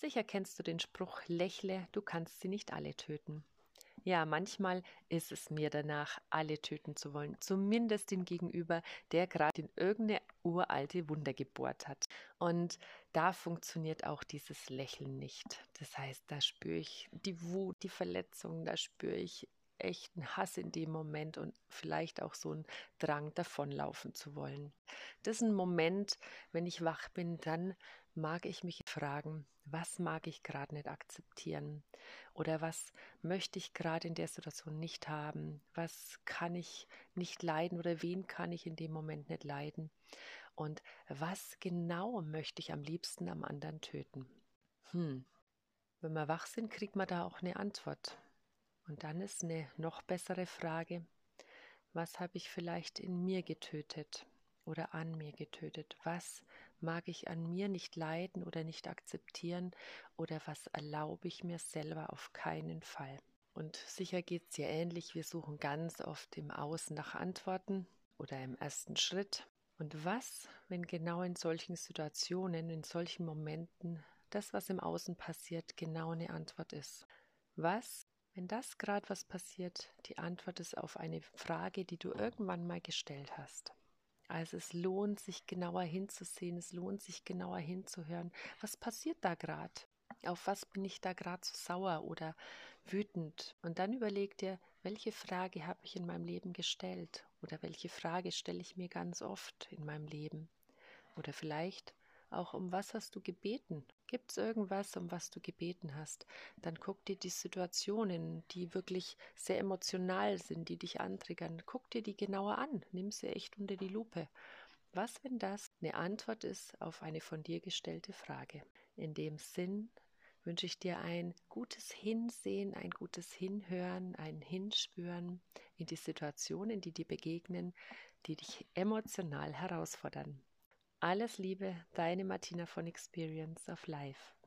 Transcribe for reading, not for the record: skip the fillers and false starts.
Sicher kennst du den Spruch, lächle, du kannst sie nicht alle töten. Ja, manchmal ist es mir danach, alle töten zu wollen, zumindest den Gegenüber, der gerade in irgendeine uralte Wunde gebohrt hat. Und da funktioniert auch dieses Lächeln nicht. Das heißt, da spüre ich die Wut, die Verletzung, da spüre ich echten Hass in dem Moment und vielleicht auch so einen Drang, davonlaufen zu wollen. Das ist ein Moment, wenn ich wach bin, dann mag ich mich fragen, was mag ich gerade nicht akzeptieren? Oder was möchte ich gerade in der Situation nicht haben? Was kann ich nicht leiden oder wen kann ich in dem Moment nicht leiden? Und was genau möchte ich am liebsten am anderen töten? Wenn wir wach sind, kriegt man da auch eine Antwort. Und dann ist eine noch bessere Frage, was habe ich vielleicht in mir getötet oder an mir getötet? Was mag ich an mir nicht leiden oder nicht akzeptieren oder was erlaube ich mir selber auf keinen Fall? Und sicher geht es ja ähnlich, wir suchen ganz oft im Außen nach Antworten oder im ersten Schritt. Und was, wenn genau in solchen Situationen, in solchen Momenten, das, was im Außen passiert, genau eine Antwort ist? Was, wenn das gerade was passiert, die Antwort ist auf eine Frage, die du irgendwann mal gestellt hast? Also es lohnt sich genauer hinzusehen, es lohnt sich genauer hinzuhören. Was passiert da gerade? Auf was bin ich da gerade so sauer oder wütend? Und dann überleg dir, welche Frage habe ich in meinem Leben gestellt? Oder welche Frage stelle ich mir ganz oft in meinem Leben? Oder vielleicht auch, um was hast du gebeten? Gibt es irgendwas, um was du gebeten hast? Dann guck dir die Situationen, die wirklich sehr emotional sind, die dich antriggern, guck dir die genauer an. Nimm sie echt unter die Lupe. Was, wenn das eine Antwort ist auf eine von dir gestellte Frage? In dem Sinn wünsche ich dir ein gutes Hinsehen, ein gutes Hinhören, ein Hinspüren in die Situationen, die dir begegnen, die dich emotional herausfordern. Alles Liebe, deine Martina von Experience of Life.